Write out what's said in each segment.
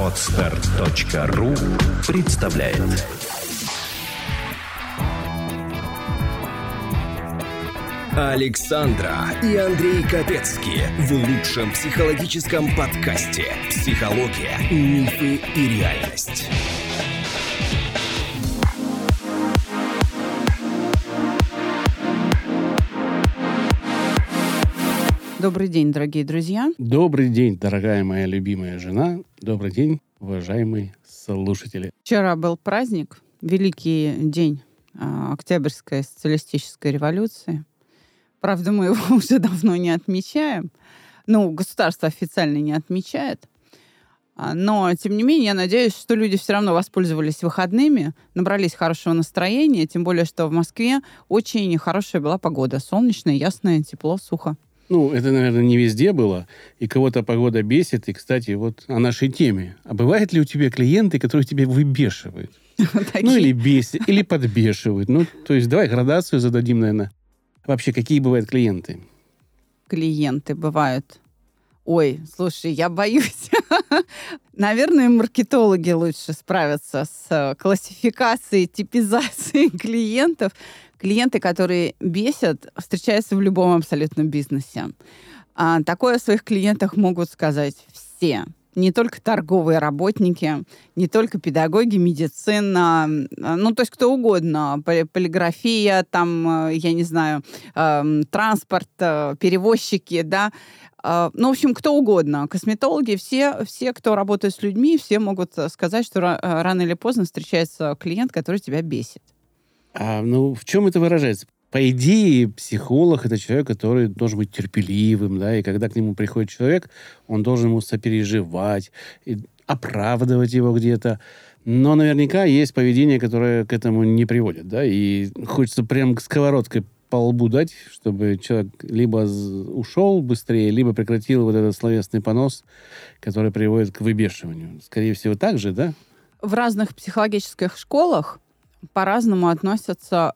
Podster.ru представляет. Александра и Андрей Капецки в лучшем психологическом подкасте «Психология, мифы и реальность». Добрый день, дорогие друзья. Добрый день, дорогая моя любимая жена. Добрый день, уважаемые слушатели. Вчера был праздник, великий день Октябрьской социалистической революции. Правда, мы его уже давно не отмечаем. Государство официально не отмечает. Но, тем не менее, я надеюсь, что люди все равно воспользовались выходными, набрались хорошего настроения, тем более, что в Москве очень хорошая была погода. Солнечная, ясная, тепло, сухо. Это, наверное, не везде было, и кого-то погода бесит. И, кстати, вот о нашей теме. А бывают ли у тебя клиенты, которые тебя выбешивают? Или бесят, или подбешивают. То есть давай градацию зададим, наверное. Вообще, какие бывают клиенты? Клиенты бывают. Ой, слушай, я боюсь. Наверное, маркетологи лучше справятся с классификацией, типизацией клиентов. Клиенты, которые бесят, встречаются в любом абсолютно бизнесе. Такое о своих клиентах могут сказать все. Не только торговые работники, не только педагоги, медицина, то есть кто угодно. Полиграфия, транспорт, перевозчики, да. В общем, кто угодно. Косметологи, все, кто работает с людьми, все могут сказать, что рано или поздно встречается клиент, который тебя бесит. В чем это выражается? По идее, психолог — это человек, который должен быть терпеливым, да, и когда к нему приходит человек, он должен ему сопереживать, оправдывать его где-то. Но наверняка есть поведение, которое к этому не приводит, да, и хочется прям сковородкой по лбу дать, чтобы человек либо ушел быстрее, либо прекратил вот этот словесный понос, который приводит к выбешиванию. Скорее всего, так же, да? В разных психологических школах по-разному относятся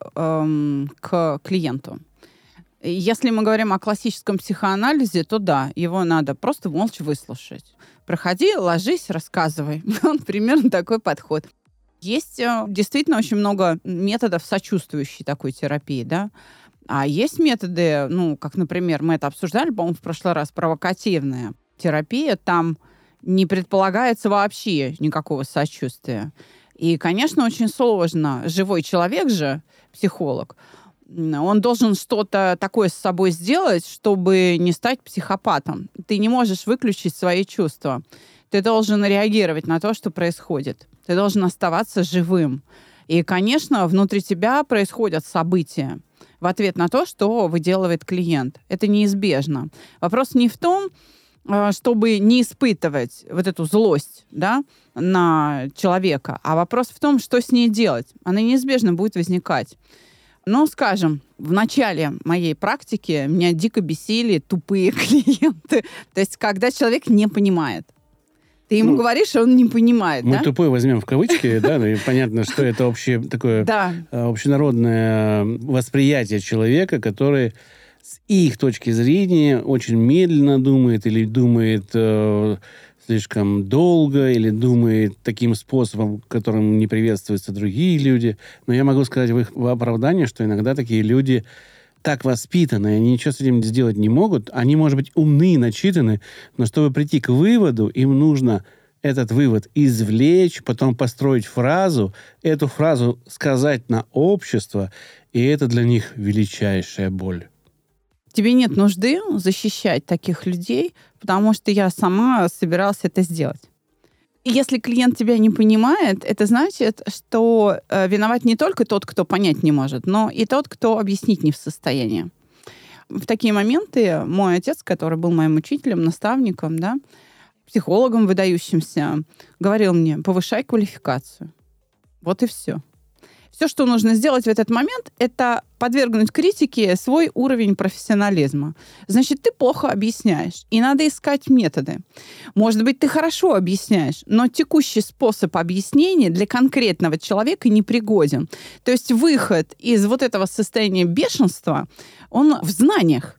к клиенту. Если мы говорим о классическом психоанализе, то да, его надо просто молча выслушать. Проходи, ложись, рассказывай. Примерно такой подход. Есть действительно очень много методов сочувствующей такой терапии, да. А есть методы, как, например, мы это обсуждали, по-моему, в прошлый раз, провокативная терапия. Там не предполагается вообще никакого сочувствия. И, конечно, очень сложно. Живой человек же, психолог, он должен что-то такое с собой сделать, чтобы не стать психопатом. Ты не можешь выключить свои чувства. Ты должен реагировать на то, что происходит. Ты должен оставаться живым. И, конечно, внутри тебя происходят события в ответ на то, что выделывает клиент. Это неизбежно. Вопрос не в том, чтобы не испытывать вот эту злость, да, на человека, а вопрос в том, что с ней делать. Она неизбежно будет возникать. Скажем, в начале моей практики меня дико бесили тупые клиенты. То есть, когда человек не понимает. Ты ему говоришь, а он не понимает, мы да? тупой возьмем в кавычки, да, и понятно, что это общее такое общенародное восприятие человека, который с их точки зрения очень медленно думает или думает слишком долго, или думает таким способом, которым не приветствуются другие люди. Но я могу сказать в оправдании, что иногда такие люди так воспитаны, они ничего с этим сделать не могут. Они, может быть, умны, начитаны, но чтобы прийти к выводу, им нужно этот вывод извлечь, потом построить фразу, эту фразу сказать на общество, и это для них величайшая боль. Тебе нет нужды защищать таких людей, потому что я сама собиралась это сделать. И если клиент тебя не понимает, это значит, что виноват не только тот, кто понять не может, но и тот, кто объяснить не в состоянии. В такие моменты мой отец, который был моим учителем, наставником, да, психологом выдающимся, говорил мне: повышай квалификацию. Вот и все. Все, что нужно сделать в этот момент, это подвергнуть критике свой уровень профессионализма. Значит, ты плохо объясняешь, и надо искать методы. Может быть, ты хорошо объясняешь, но текущий способ объяснения для конкретного человека непригоден. То есть выход из вот этого состояния бешенства, он в знаниях.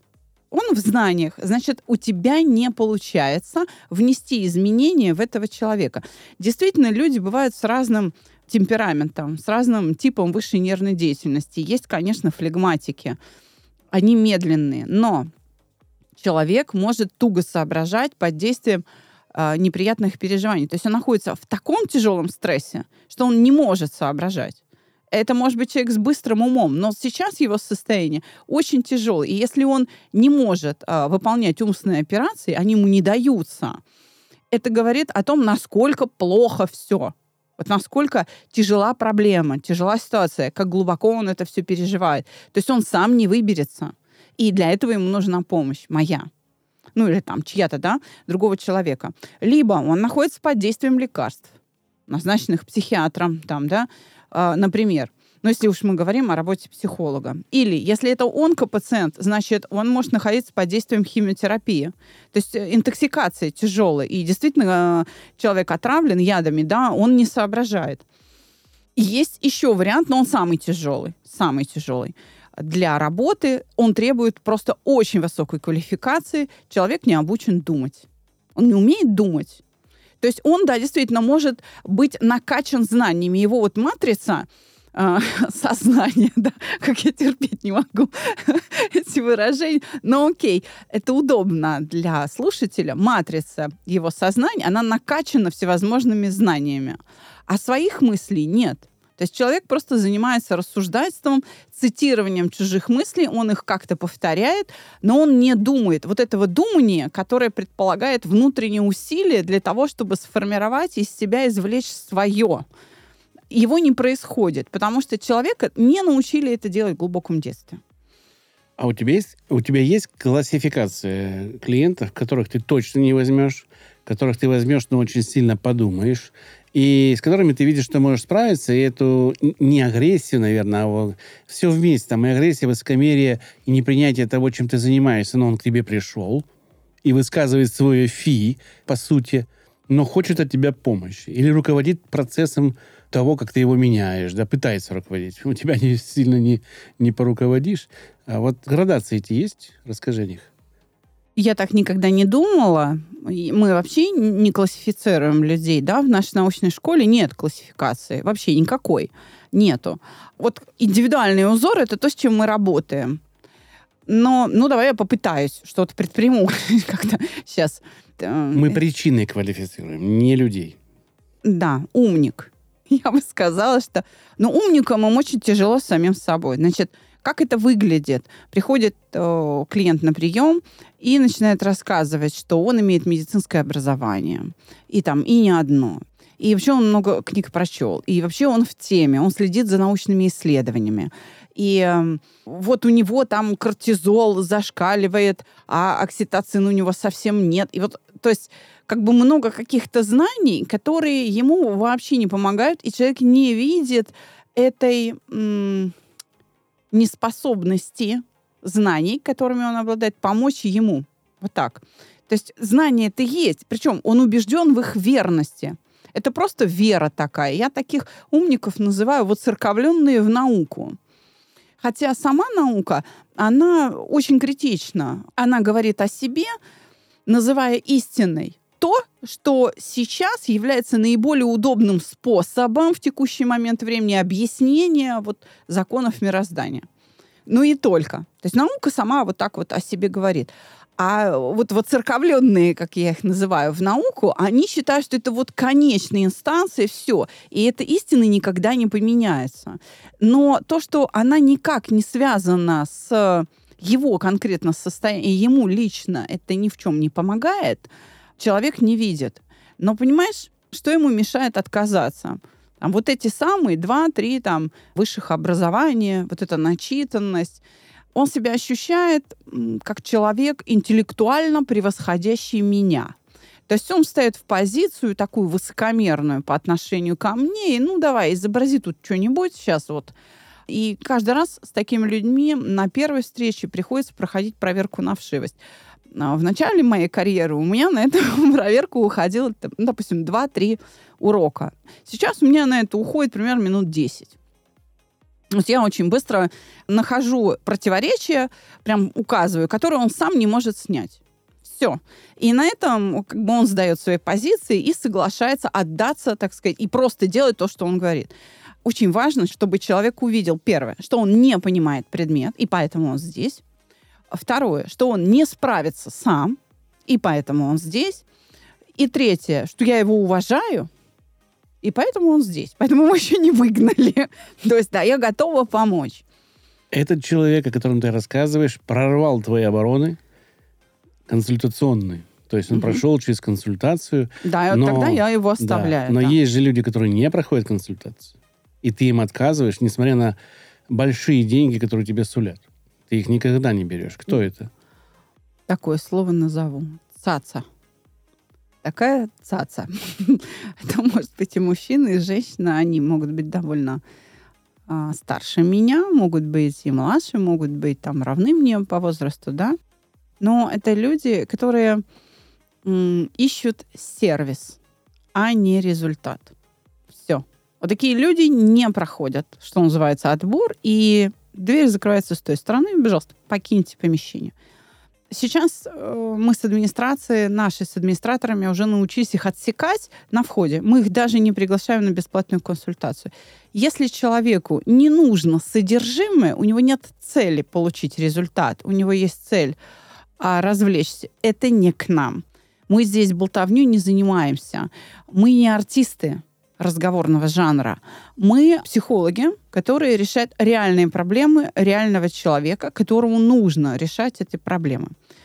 он в знаниях, значит, у тебя не получается внести изменения в этого человека. Действительно, люди бывают с разным темпераментом, с разным типом высшей нервной деятельности. Есть, конечно, флегматики. Они медленные, но человек может туго соображать под действием неприятных переживаний. То есть он находится в таком тяжелом стрессе, что он не может соображать. Это может быть человек с быстрым умом, но сейчас его состояние очень тяжелое. И если он не может выполнять умственные операции, они ему не даются, это говорит о том, насколько плохо все. Вот насколько тяжела проблема, тяжела ситуация, как глубоко он это все переживает. То есть он сам не выберется. И для этого ему нужна помощь моя. Ну или там чья-то, да, другого человека. Либо он находится под действием лекарств, назначенных психиатром, там, да, например. Ну, если уж мы говорим о работе психолога. Или, если это онкопациент, значит, он может находиться под действием химиотерапии. То есть интоксикация тяжелая. И действительно, человек отравлен ядами, да, он не соображает. И есть еще вариант, но он самый тяжелый. Самый тяжелый. Для работы он требует просто очень высокой квалификации. Человек не обучен думать. Он не умеет думать. То есть он, да, действительно может быть накачан знаниями. Его вот матрица сознания, да, как я терпеть не могу эти выражения. Но окей, это удобно для слушателя. Матрица его сознания, она накачана всевозможными знаниями. А своих мыслей нет. То есть человек просто занимается рассуждательством, цитированием чужих мыслей, он их как-то повторяет, но он не думает. Вот этого думания, которое предполагает внутренние усилия для того, чтобы сформировать из себя, извлечь свое, его не происходит, потому что человека не научили это делать в глубоком детстве. А у тебя есть классификация клиентов, которых ты точно не возьмешь, которых ты возьмешь, но очень сильно подумаешь, и с которыми ты видишь, что можешь справиться, и эту не агрессию, наверное, а вот все вместе, там и агрессия, высокомерие, и непринятие того, чем ты занимаешься, но он к тебе пришел и высказывает свое фи, по сути, но хочет от тебя помощи. Или руководит процессом того, как ты его меняешь, да, пытается руководить. У тебя не сильно не поруководишь. А вот градации эти есть? Расскажи о них. Я так никогда не думала. Мы вообще не классифицируем людей, да, в нашей научной школе нет классификации, вообще никакой нету. Вот индивидуальный узор — это то, с чем мы работаем. Но, давай я попытаюсь, что-то предприму как-то сейчас. Мы причины квалифицируем, не людей. Да, умник. Я бы сказала, что... умникам им очень тяжело с самим собой. Значит, как это выглядит? Приходит клиент на прием и начинает рассказывать, что он имеет медицинское образование. И не одно. И вообще он много книг прочел. И вообще он в теме. Он следит за научными исследованиями. И вот у него там кортизол зашкаливает, а окситоцин у него совсем нет. И вот, то есть, как бы много каких-то знаний, которые ему вообще не помогают, и человек не видит этой неспособности знаний, которыми он обладает, помочь ему. Вот так. То есть знания-то есть, причем он убежден в их верности. Это просто вера такая. Я таких умников называю воцерковленные в науку. Хотя сама наука, она очень критична. Она говорит о себе, называя истиной то, что сейчас является наиболее удобным способом в текущий момент времени объяснения законов мироздания. И только. То есть наука сама вот так вот о себе говорит. А воцерковленные, как я их называю, в науку, они считают, что это конечная инстанция, все. И эта истина никогда не поменяется. Но то, что она никак не связана с его конкретно состоянием, и ему лично это ни в чем не помогает, человек не видит. Но понимаешь, что ему мешает отказаться? Эти самые 2-3 высших образования, эта начитанность, он себя ощущает как человек, интеллектуально превосходящий меня. То есть он стоит в позицию такую высокомерную по отношению ко мне, и давай, изобрази тут что-нибудь сейчас . И каждый раз с такими людьми на первой встрече приходится проходить проверку на вшивость. В начале моей карьеры у меня на эту проверку уходило, допустим, 2-3 урока. Сейчас у меня на это уходит примерно минут 10. Вот я очень быстро нахожу противоречия, прям указываю, которые он сам не может снять. Все. И на этом как бы он сдает свои позиции и соглашается отдаться, так сказать, и просто делать то, что он говорит. Очень важно, чтобы человек увидел, первое, что он не понимает предмет, и поэтому он здесь. Второе, что он не справится сам, и поэтому он здесь. И третье, что я его уважаю, и поэтому он здесь. Поэтому мы еще не выгнали. То есть, да, я готова помочь. Этот человек, о котором ты рассказываешь, прорвал твои обороны консультационные. То есть он прошел через консультацию. Да, но, тогда я его оставляю. Да, но есть же люди, которые не проходят консультацию. И ты им отказываешь, несмотря на большие деньги, которые тебе сулят. Ты их никогда не берешь. Кто это? Такое слово назову. Цаца. Такая цаца. Это может быть и мужчина, и женщина. Они могут быть довольно старше меня, могут быть и младше, могут быть там равны мне по возрасту, да. Но это люди, которые ищут сервис, а не результат. Все. Вот такие люди не проходят, что называется, отбор, и дверь закрывается с той стороны. Пожалуйста, покиньте помещение. Сейчас мы с администрацией, наши с администраторами уже научились их отсекать на входе. Мы их даже не приглашаем на бесплатную консультацию. Если человеку не нужно содержимое, у него нет цели получить результат, у него есть цель развлечься, это не к нам. Мы здесь болтовню не занимаемся. Мы не артисты разговорного жанра. Мы психологи, которые решают реальные проблемы реального человека, которому нужно решать эти проблемы.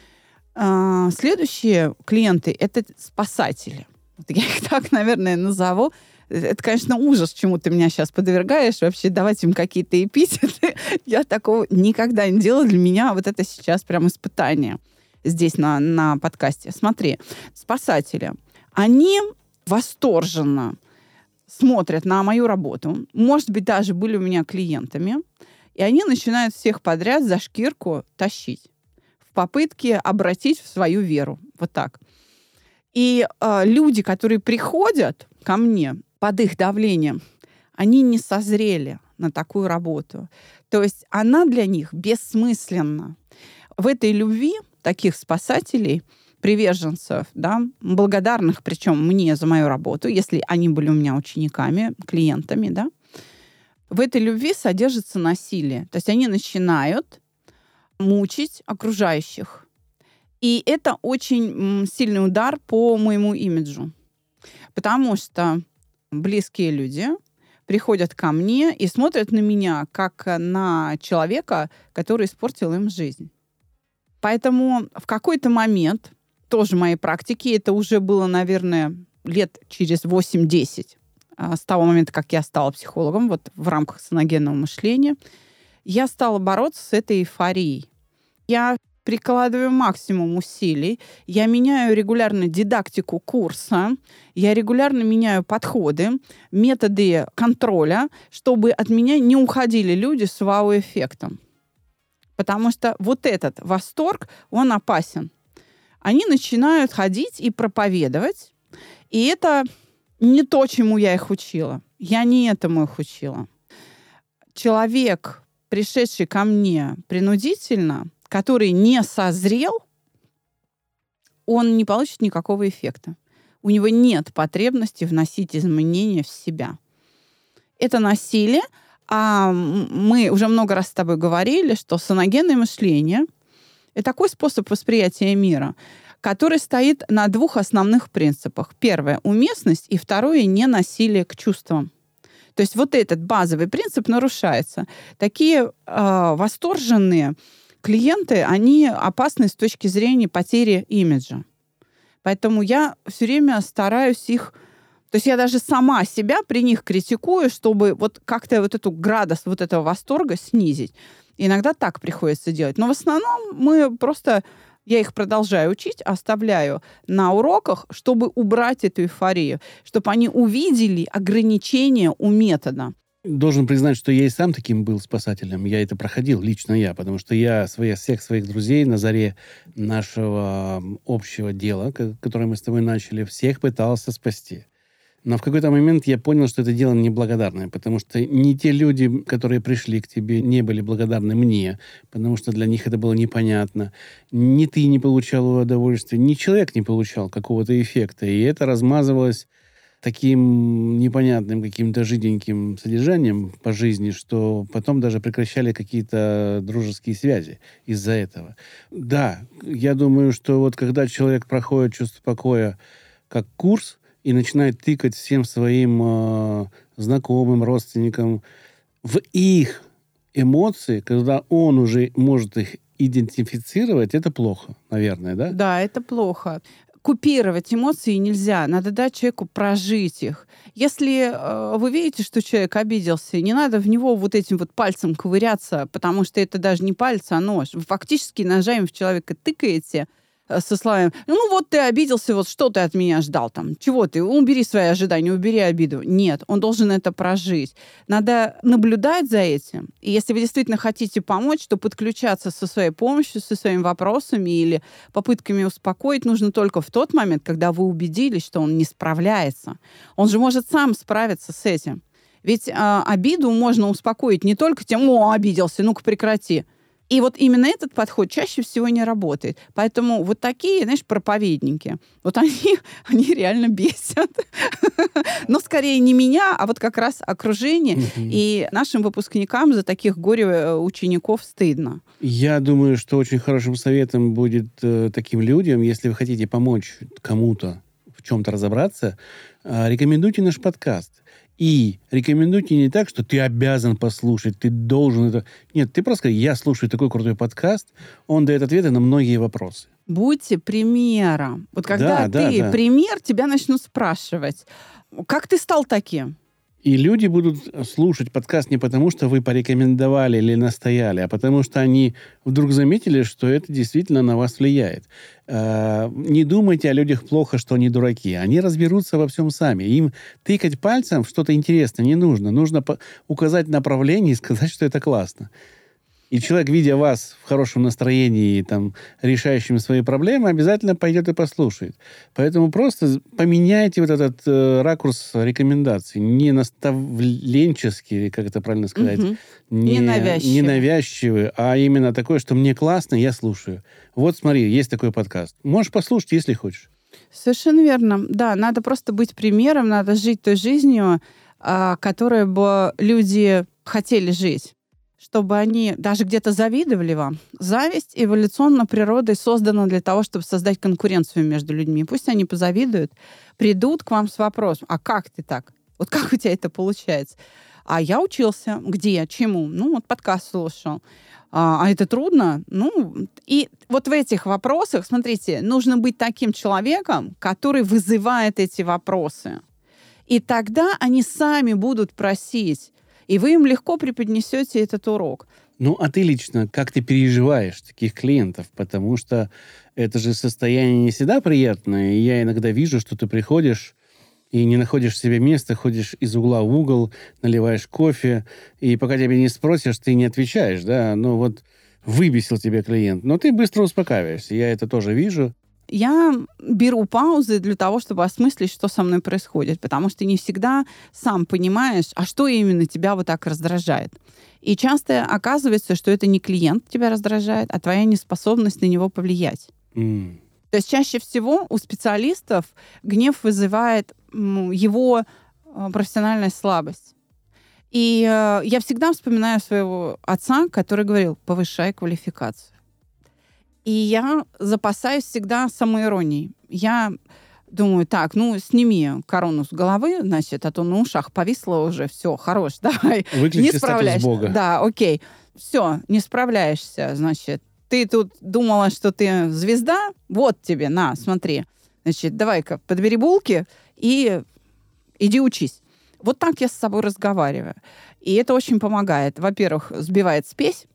Следующие клиенты — это спасатели. Вот я их так, наверное, назову. Это, конечно, ужас, чему ты меня сейчас подвергаешь. Вообще давать им какие-то эпитеты. Я такого никогда не делала. Для меня вот это сейчас прям испытание здесь на подкасте. Смотри, спасатели. Они восторженно смотрят на мою работу, может быть, даже были у меня клиентами, и они начинают всех подряд за шкирку тащить в попытке обратить в свою веру. Вот так. И люди, которые приходят ко мне под их давлением, они не созрели на такую работу. То есть она для них бессмысленна. В этой любви таких спасателей, приверженцев, да, благодарных, причем мне за мою работу, если они были у меня учениками, клиентами, да, в этой любви содержится насилие. То есть они начинают мучить окружающих. И это очень сильный удар по моему имиджу. Потому что близкие люди приходят ко мне и смотрят на меня как на человека, который испортил им жизнь. Поэтому в какой-то момент тоже моей практики, это уже было, наверное, лет через 8-10, с того момента, как я стала психологом, вот в рамках саногенного мышления, я стала бороться с этой эйфорией. Я прикладываю максимум усилий, я меняю регулярно дидактику курса, я регулярно меняю подходы, методы контроля, чтобы от меня не уходили люди с вау-эффектом. Потому что вот этот восторг, он опасен. Они начинают ходить и проповедовать. И это не то, чему я их учила. Я не этому их учила. Человек, пришедший ко мне принудительно, который не созрел, он не получит никакого эффекта. У него нет потребности вносить изменения в себя. Это насилие. А мы уже много раз с тобой говорили, что саногенное мышление — это такой способ восприятия мира, который стоит на двух основных принципах. Первое — уместность, и второе — ненасилие к чувствам. То есть вот этот базовый принцип нарушается. Такие восторженные клиенты, они опасны с точки зрения потери имиджа. Поэтому я все время стараюсь их... То есть я даже сама себя при них критикую, чтобы вот как-то вот эту градус вот этого восторга снизить. Иногда так приходится делать. Но в основном я их продолжаю учить, оставляю на уроках, чтобы убрать эту эйфорию, чтобы они увидели ограничения у метода. Должен признать, что я и сам таким был спасателем. Я это проходил, лично я, потому что я всех своих друзей на заре нашего общего дела, которое мы с тобой начали, всех пытался спасти. Но в какой-то момент я понял, что это дело неблагодарное, потому что не те люди, которые пришли к тебе, не были благодарны мне, потому что для них это было непонятно. Ни ты не получал удовольствия, ни человек не получал какого-то эффекта. И это размазывалось таким непонятным каким-то жиденьким содержанием по жизни, что потом даже прекращали какие-то дружеские связи из-за этого. Да, я думаю, что вот когда человек проходит чувство покоя как курс и начинает тыкать всем своим знакомым, родственникам в их эмоции, когда он уже может их идентифицировать, это плохо, наверное, да? Да, это плохо. Купировать эмоции нельзя. Надо дать человеку прожить их. Если вы видите, что человек обиделся, не надо в него вот этим вот пальцем ковыряться, потому что это даже не палец, а нож. Вы фактически ножами в человека тыкаете со словами: ну вот ты обиделся, вот что ты от меня ждал там? Чего ты? Убери свои ожидания, убери обиду. Нет, он должен это прожить. Надо наблюдать за этим. И если вы действительно хотите помочь, то подключаться со своей помощью, со своими вопросами или попытками успокоить нужно только в тот момент, когда вы убедились, что он не справляется. Он же может сам справиться с этим. Ведь обиду можно успокоить не только тем: о, обиделся, ну-ка прекрати. И вот именно этот подход чаще всего не работает. Поэтому вот такие, знаешь, проповедники, вот они реально бесят. Но скорее не меня, а вот как раз окружение. И нашим выпускникам за таких горе-учеников стыдно. Я думаю, что очень хорошим советом будет таким людям, если вы хотите помочь кому-то в чем-то разобраться, рекомендуйте наш подкаст. И рекомендуйте не так, что ты обязан послушать, ты должен это... Нет, ты просто скажи: я слушаю такой крутой подкаст, он дает ответы на многие вопросы. Будьте примером. Вот когда ты пример, тебя начнут спрашивать: как ты стал таким? И люди будут слушать подкаст не потому, что вы порекомендовали или настояли, а потому что они вдруг заметили, что это действительно на вас влияет. Не думайте о людях плохо, что они дураки. Они разберутся во всем сами. Им тыкать пальцем в что-то интересное не нужно. Нужно указать направление и сказать, что это классно. И человек, видя вас в хорошем настроении, там, решающим свои проблемы, обязательно пойдет и послушает. Поэтому просто поменяйте вот этот ракурс рекомендаций. Не наставленческий, как это правильно сказать, не навязчивый, а именно такое, что мне классно, я слушаю. Вот смотри, есть такой подкаст. Можешь послушать, если хочешь. Совершенно верно. Да, надо просто быть примером, надо жить той жизнью, которой бы люди хотели жить, чтобы они даже где-то завидовали вам. Зависть эволюционно природой создана для того, чтобы создать конкуренцию между людьми. Пусть они позавидуют, придут к вам с вопросом: а как ты так? Вот как у тебя это получается? А я учился. Где? Чему? Ну, вот подкаст слушал. А это трудно? Ну, и вот в этих вопросах, смотрите, нужно быть таким человеком, который вызывает эти вопросы. И тогда они сами будут просить, и вы им легко преподнесете этот урок. Ну, а ты лично, как ты переживаешь таких клиентов? Потому что это же состояние не всегда приятное. И я иногда вижу, что ты приходишь и не находишь себе места, ходишь из угла в угол, наливаешь кофе, и пока тебя не спросишь, ты не отвечаешь, да? Ну, вот выбесил тебя клиент. Но ты быстро успокаиваешься. Я это тоже вижу. Я беру паузы для того, чтобы осмыслить, что со мной происходит, потому что не всегда сам понимаешь, а что именно тебя вот так раздражает. И часто оказывается, что это не клиент тебя раздражает, а твоя неспособность на него повлиять. То есть чаще всего у специалистов гнев вызывает его профессиональная слабость. И я всегда вспоминаю своего отца, который говорил: повышай квалификацию. И я запасаюсь всегда самоиронией. Я думаю: так, ну, сними корону с головы, значит, а то на ушах повисло уже, все, хорош, давай. Выключи статус Бога. Да, окей. Все, не справляешься, значит. Ты тут думала, что ты звезда? Вот тебе, на, смотри. Значит, давай-ка подбери булки и иди учись. Вот так я с собой разговариваю. И это очень помогает. Во-первых, сбивает спесь.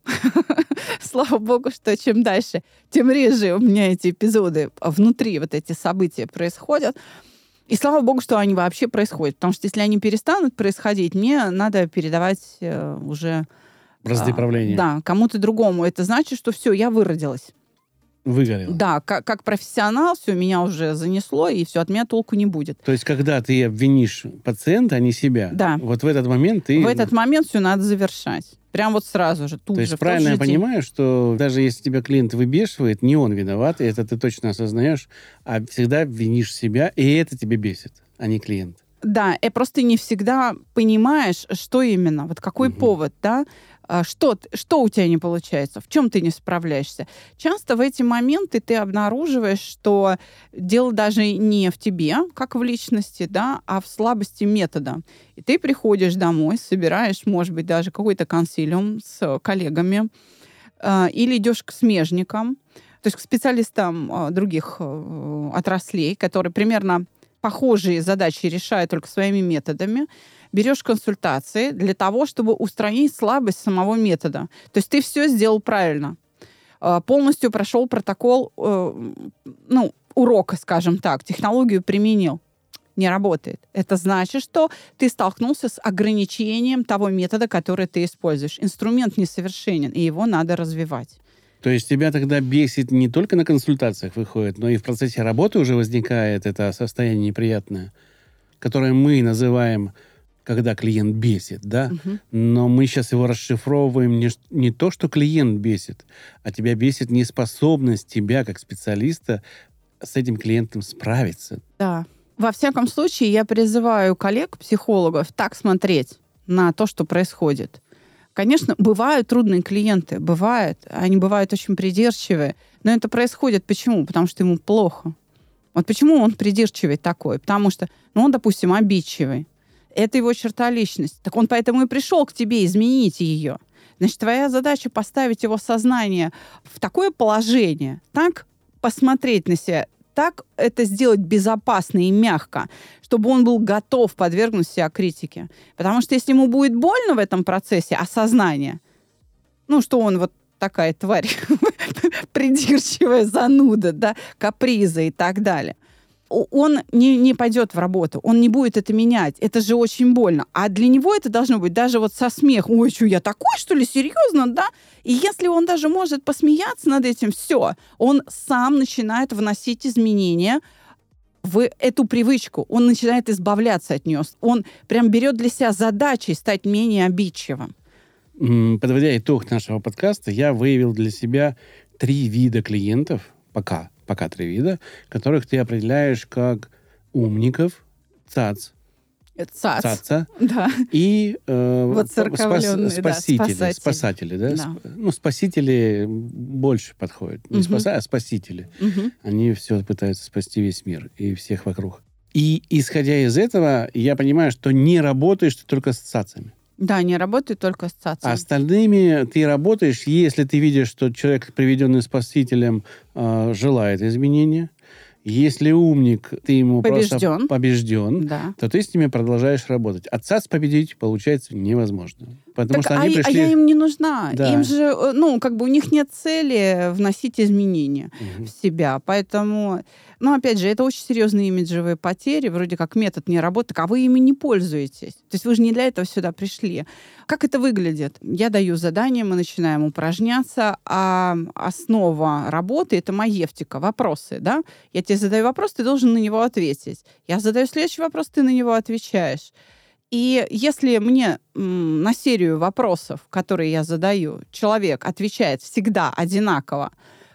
Слава богу, что чем дальше, тем реже у меня эти эпизоды внутри, вот эти события происходят. И слава богу, что они вообще происходят. Потому что если они перестанут происходить, мне надо передавать уже... Бразды правления. Да, кому-то другому. Это значит, что все, я выродилась. Выгорел. Да, как профессионал, все, меня уже занесло, и все, от меня толку не будет. То есть, когда ты обвинишь пациента, а не себя, да. вот в этот момент ты... В этот момент все надо завершать. Прям вот сразу же, тут же. То есть, правильно я понимаю, что даже если тебя клиент выбешивает, не он виноват, и это ты точно осознаешь, а всегда винишь себя, и это тебя бесит, а не клиент. Да, и просто не всегда понимаешь, что именно, вот какой повод, да, что у тебя не получается, в чем ты не справляешься. Часто в эти моменты ты обнаруживаешь, что дело даже не в тебе, как в личности, да, а в слабости метода. И ты приходишь домой, собираешь, может быть, даже какой-то консилиум с коллегами, или идешь к смежникам, то есть к специалистам других отраслей, которые примерно похожие задачи решают только своими методами, берешь консультации для того, чтобы устранить слабость самого метода. То есть ты все сделал правильно. Полностью прошел протокол урока, скажем так, технологию применил. Не работает. Это значит, что ты столкнулся с ограничением того метода, который ты используешь. Инструмент несовершенен, и его надо развивать. То есть тебя тогда бесит не только на консультациях выходит, но и в процессе работы уже возникает это состояние неприятное, которое мы называем, когда клиент бесит, да? Но мы сейчас его расшифровываем не то, что клиент бесит, а тебя бесит неспособность тебя, как специалиста, с этим клиентом справиться. Да. Во всяком случае, я призываю коллег, психологов, так смотреть на то, что происходит. Конечно, бывают трудные клиенты, бывают. Они бывают очень придирчивые. Но это происходит почему? Потому что ему плохо. Вот почему он придирчивый такой? Потому что, он, допустим, обидчивый. Это его черта личности. Так он поэтому и пришел к тебе изменить ее. Значит, твоя задача поставить его сознание в такое положение, так посмотреть на себя, так это сделать безопасно и мягко, чтобы он был готов подвергнуть себя критике. Потому что если ему будет больно в этом процессе осознания, что он вот такая тварь, придирчивая зануда, да, каприза и так далее, он не пойдет в работу, он не будет это менять. Это же очень больно. А для него это должно быть даже вот со смехом. Ой, что, я такой, что ли, серьезно, да? И если он даже может посмеяться над этим, все, он сам начинает вносить изменения в эту привычку. Он начинает избавляться от нее. Он прям берет для себя задачей стать менее обидчивым. Подводя итог нашего подкаста, я выявил для себя 3 вида клиентов, пока 3 вида, которых ты определяешь как умников, цаца, да. И спасители. Спасатели, да? Да. Спасители больше подходят. Не а спасители. Они все пытаются спасти весь мир и всех вокруг. И исходя из этого, я понимаю, что не работаешь ты только с цацами. Да, не работаю только с цацами. А остальными ты работаешь, если ты видишь, что человек, приведенный спасителем, желает изменения. Если умник, ты ему просто побежден, да, то ты с ними продолжаешь работать. А цац победить, получается, невозможно. Потому что они пришли... я им не нужна. Да. Им же, у них нет цели вносить изменения в себя. Поэтому, опять же, это очень серьезные имиджевые потери. Вроде как метод не работает, а вы ими не пользуетесь. То есть вы же не для этого сюда пришли. Как это выглядит? Я даю задание, мы начинаем упражняться, а основа работы — это маевтика, вопросы, да? Я тебе задаю вопрос, ты должен на него ответить. Я задаю следующий вопрос, ты на него отвечаешь. И если мне на серию вопросов, которые я задаю, человек отвечает всегда одинаково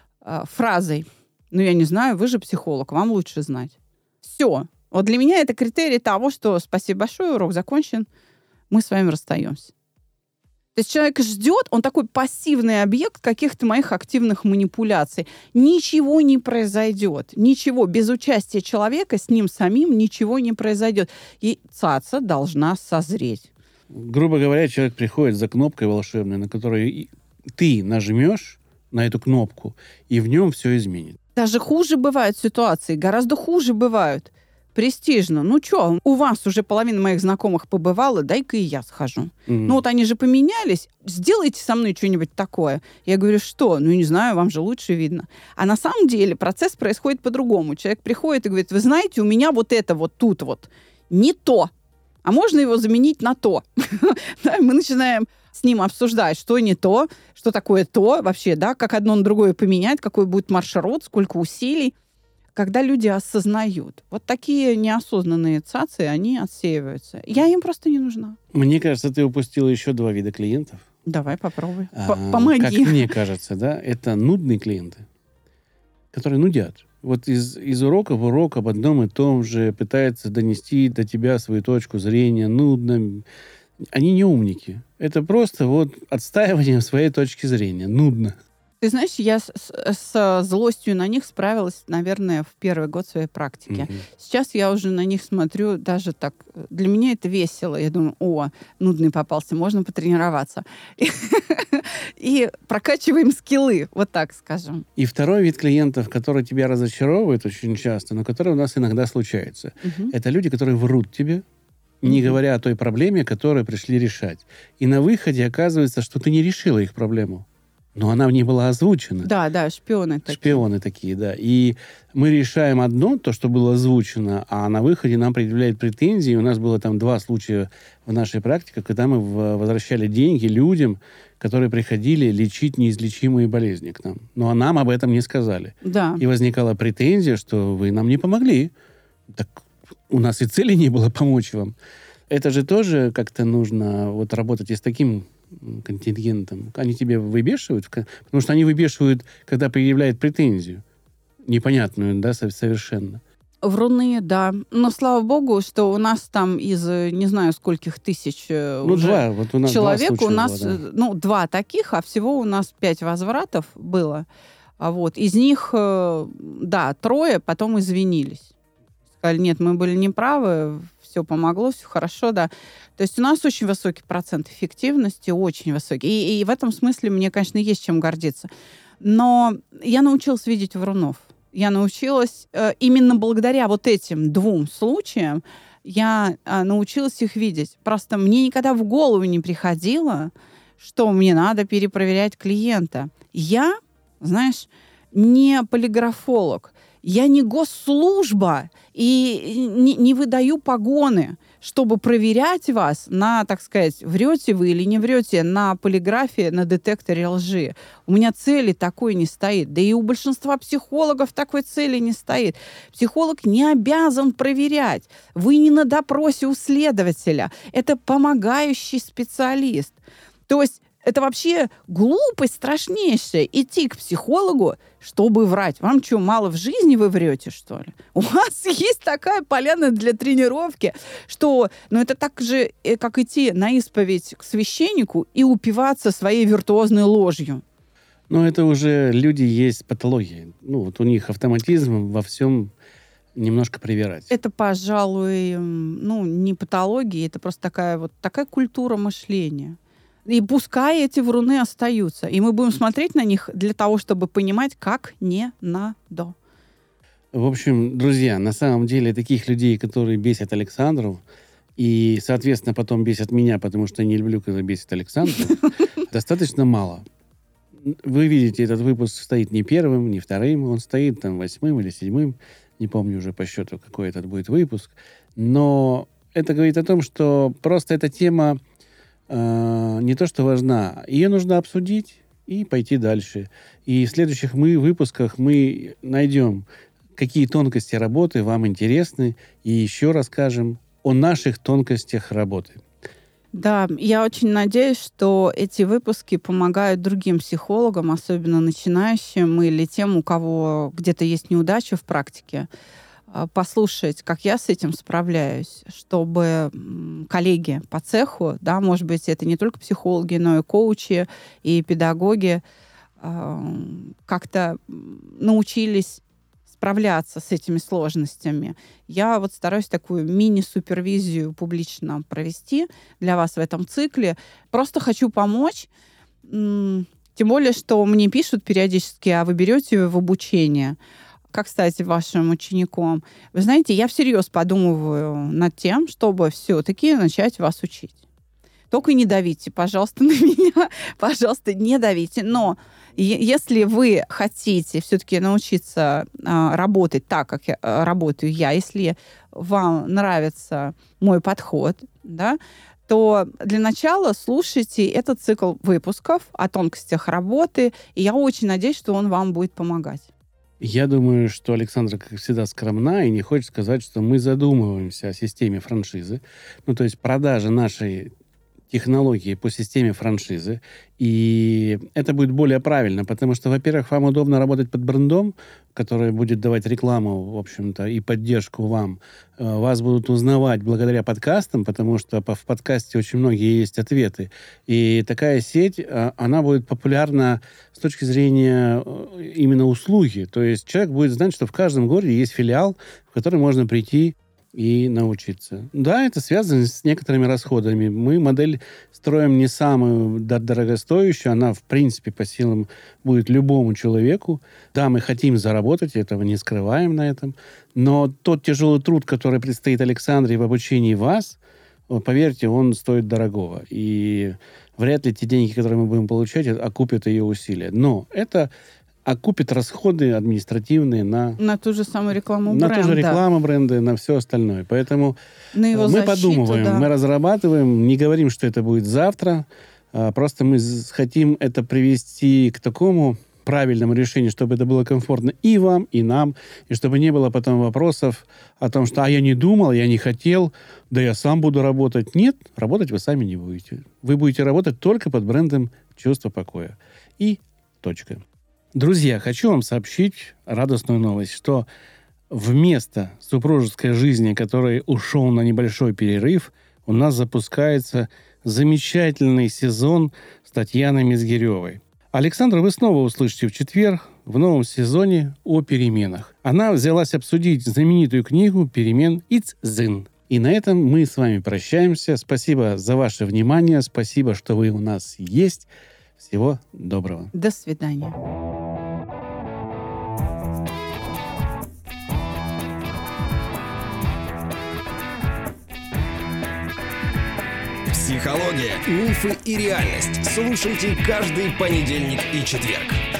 фразой: я не знаю, вы же психолог, вам лучше знать. Все. Вот для меня это критерий того, что спасибо большое, урок закончен, мы с вами расстаемся. То есть человек ждет, он такой пассивный объект каких-то моих активных манипуляций. Ничего не произойдет. Ничего. Без участия человека с ним самим ничего не произойдет. И цаца должна созреть. Грубо говоря, человек приходит за кнопкой волшебной, на которой ты нажмешь на эту кнопку, и в нем все изменит. Даже хуже бывают ситуации. Гораздо хуже бывают. Престижно. Что, у вас уже половина моих знакомых побывала, дай-ка и я схожу. Они же поменялись, сделайте со мной что-нибудь такое. Я говорю, что? Я не знаю, вам же лучше видно. А на самом деле процесс происходит по-другому. Человек приходит и говорит, вы знаете, у меня вот это вот тут вот не то. А можно его заменить на то. Мы начинаем с ним обсуждать, что не то, что такое то вообще, да, как одно на другое поменять, какой будет маршрут, сколько усилий. Когда люди осознают. Вот такие неосознанные цацы, они отсеиваются. Я им просто не нужна. Мне кажется, ты упустила еще 2 вида клиентов. Давай, попробуй. Помоги. Как мне кажется, да, это нудные клиенты, которые нудят. Вот из урока в урок об одном и том же пытается донести до тебя свою точку зрения, нудно. Они не умники. Это просто вот отстаивание своей точки зрения. Нудно. Ты знаешь, я с злостью на них справилась, наверное, в первый год своей практики. Сейчас я уже на них смотрю даже так. Для меня это весело. Я думаю, нудный попался, можно потренироваться. И прокачиваем скиллы, вот так скажем. И второй вид клиентов, который тебя разочаровывает очень часто, но который у нас иногда случается, это люди, которые врут тебе, не говоря о той проблеме, которую пришли решать. И на выходе оказывается, что ты не решила их проблему. Но она не была озвучена. Да, шпионы такие. Шпионы такие, да. И мы решаем одно, то, что было озвучено, а на выходе нам предъявляют претензии. У нас было там 2 случая в нашей практике, когда мы возвращали деньги людям, которые приходили лечить неизлечимые болезни к нам. Но нам об этом не сказали. Да. И возникала претензия, что вы нам не помогли. Так у нас и цели не было помочь вам. Это же тоже как-то нужно вот работать и с таким контингентом. Они тебе выбешивают, потому что они выбешивают, когда предъявляют претензию. Непонятную, да, совершенно. Вруны, да. Но слава богу, что у нас там из не знаю скольких тысяч уже вот у нас человек, у нас было, да. 2 таких, а всего у нас 5 возвратов было. Вот. Из них, 3 потом извинились. Сказали, нет, мы были неправы, все помогло, все хорошо, да. То есть у нас очень высокий процент эффективности, очень высокий. И в этом смысле мне, конечно, есть чем гордиться. Но я научилась видеть врунов. Я научилась именно благодаря вот этим 2 случаям, я научилась их видеть. Просто мне никогда в голову не приходило, что мне надо перепроверять клиента. Я, знаешь, не полиграфолог. Я не госслужба и не выдаю погоны, чтобы проверять вас на, так сказать, врете вы или не врете, на полиграфе, на детекторе лжи. У меня цели такой не стоит. Да и у большинства психологов такой цели не стоит. Психолог не обязан проверять. Вы не на допросе у следователя. Это помогающий специалист. То есть это вообще глупость страшнейшая. Идти к психологу, чтобы врать. Вам что, мало в жизни вы врете, что ли? У вас есть такая поляна для тренировки, что... это так же, как идти на исповедь к священнику и упиваться своей виртуозной ложью. Это уже люди есть патологии. Вот у них автоматизм во всем немножко привирать. Это, пожалуй, не патология, это просто такая культура мышления. И пускай эти вруны остаются. И мы будем смотреть на них для того, чтобы понимать, как не надо. В общем, друзья, на самом деле таких людей, которые бесят Александру, и, соответственно, потом бесят меня, потому что я не люблю, когда бесит Александру, достаточно мало. Вы видите, этот выпуск стоит не 1, не 2, он стоит там 8 или 7, не помню уже по счету, какой этот будет выпуск. Но это говорит о том, что просто эта тема не то что важна, ее нужно обсудить и пойти дальше. И в следующих выпусках мы найдем, какие тонкости работы вам интересны, и еще расскажем о наших тонкостях работы. Да, я очень надеюсь, что эти выпуски помогают другим психологам, особенно начинающим или тем, у кого где-то есть неудача в практике, послушать, как я с этим справляюсь, чтобы коллеги по цеху, да, может быть, это не только психологи, но и коучи, и педагоги, как-то научились справляться с этими сложностями. Я стараюсь такую мини-супервизию публично провести для вас в этом цикле. Просто хочу помочь. Тем более, что мне пишут периодически, а вы берете в обучение, как стать вашим учеником. Вы знаете, я всерьез подумываю над тем, чтобы все-таки начать вас учить. Только не давите, пожалуйста, на меня. Пожалуйста, не давите. Но если вы хотите все-таки научиться работать так, как работаю я, если вам нравится мой подход, да, то для начала слушайте этот цикл выпусков о тонкостях работы, и я очень надеюсь, что он вам будет помогать. Я думаю, что Александра, как всегда, скромна и не хочет сказать, что мы задумываемся о системе франшизы. То есть продажа нашей технологии по системе франшизы. И это будет более правильно, потому что, во-первых, вам удобно работать под брендом, который будет давать рекламу, в общем-то, и поддержку вам. Вас будут узнавать благодаря подкастам, потому что в подкасте очень многие есть ответы. И такая сеть, она будет популярна с точки зрения именно услуги. То есть человек будет знать, что в каждом городе есть филиал, в который можно прийти и научиться. Да, это связано с некоторыми расходами. Мы модель строим не самую дорогостоящую, она, в принципе, по силам будет любому человеку. Да, мы хотим заработать, этого не скрываем на этом, но тот тяжелый труд, который предстоит Александре в обучении вас, поверьте, он стоит дорогого. И вряд ли те деньги, которые мы будем получать, окупят ее усилия. Но это окупит расходы административные на ту же самую рекламу бренда. На ту же рекламу бренда, на все остальное. Поэтому мы подумываем, да. Мы разрабатываем, не говорим, что это будет завтра. Просто мы хотим это привести к такому правильному решению, чтобы это было комфортно и вам, и нам, и чтобы не было потом вопросов о том, что я не думал, я не хотел, да я сам буду работать. Нет, работать вы сами не будете. Вы будете работать только под брендом «Чувство покоя». И точка. Друзья, хочу вам сообщить радостную новость, что вместо супружеской жизни, который ушел на небольшой перерыв, у нас запускается замечательный сезон с Татьяной Мизгиревой. Александру вы снова услышите в четверг в новом сезоне о переменах. Она взялась обсудить знаменитую книгу «Перемен Ицзин». И на этом мы с вами прощаемся. Спасибо за ваше внимание. Спасибо, что вы у нас есть. Всего доброго. До свидания. Психология, мифы и реальность. Слушайте каждый понедельник и четверг.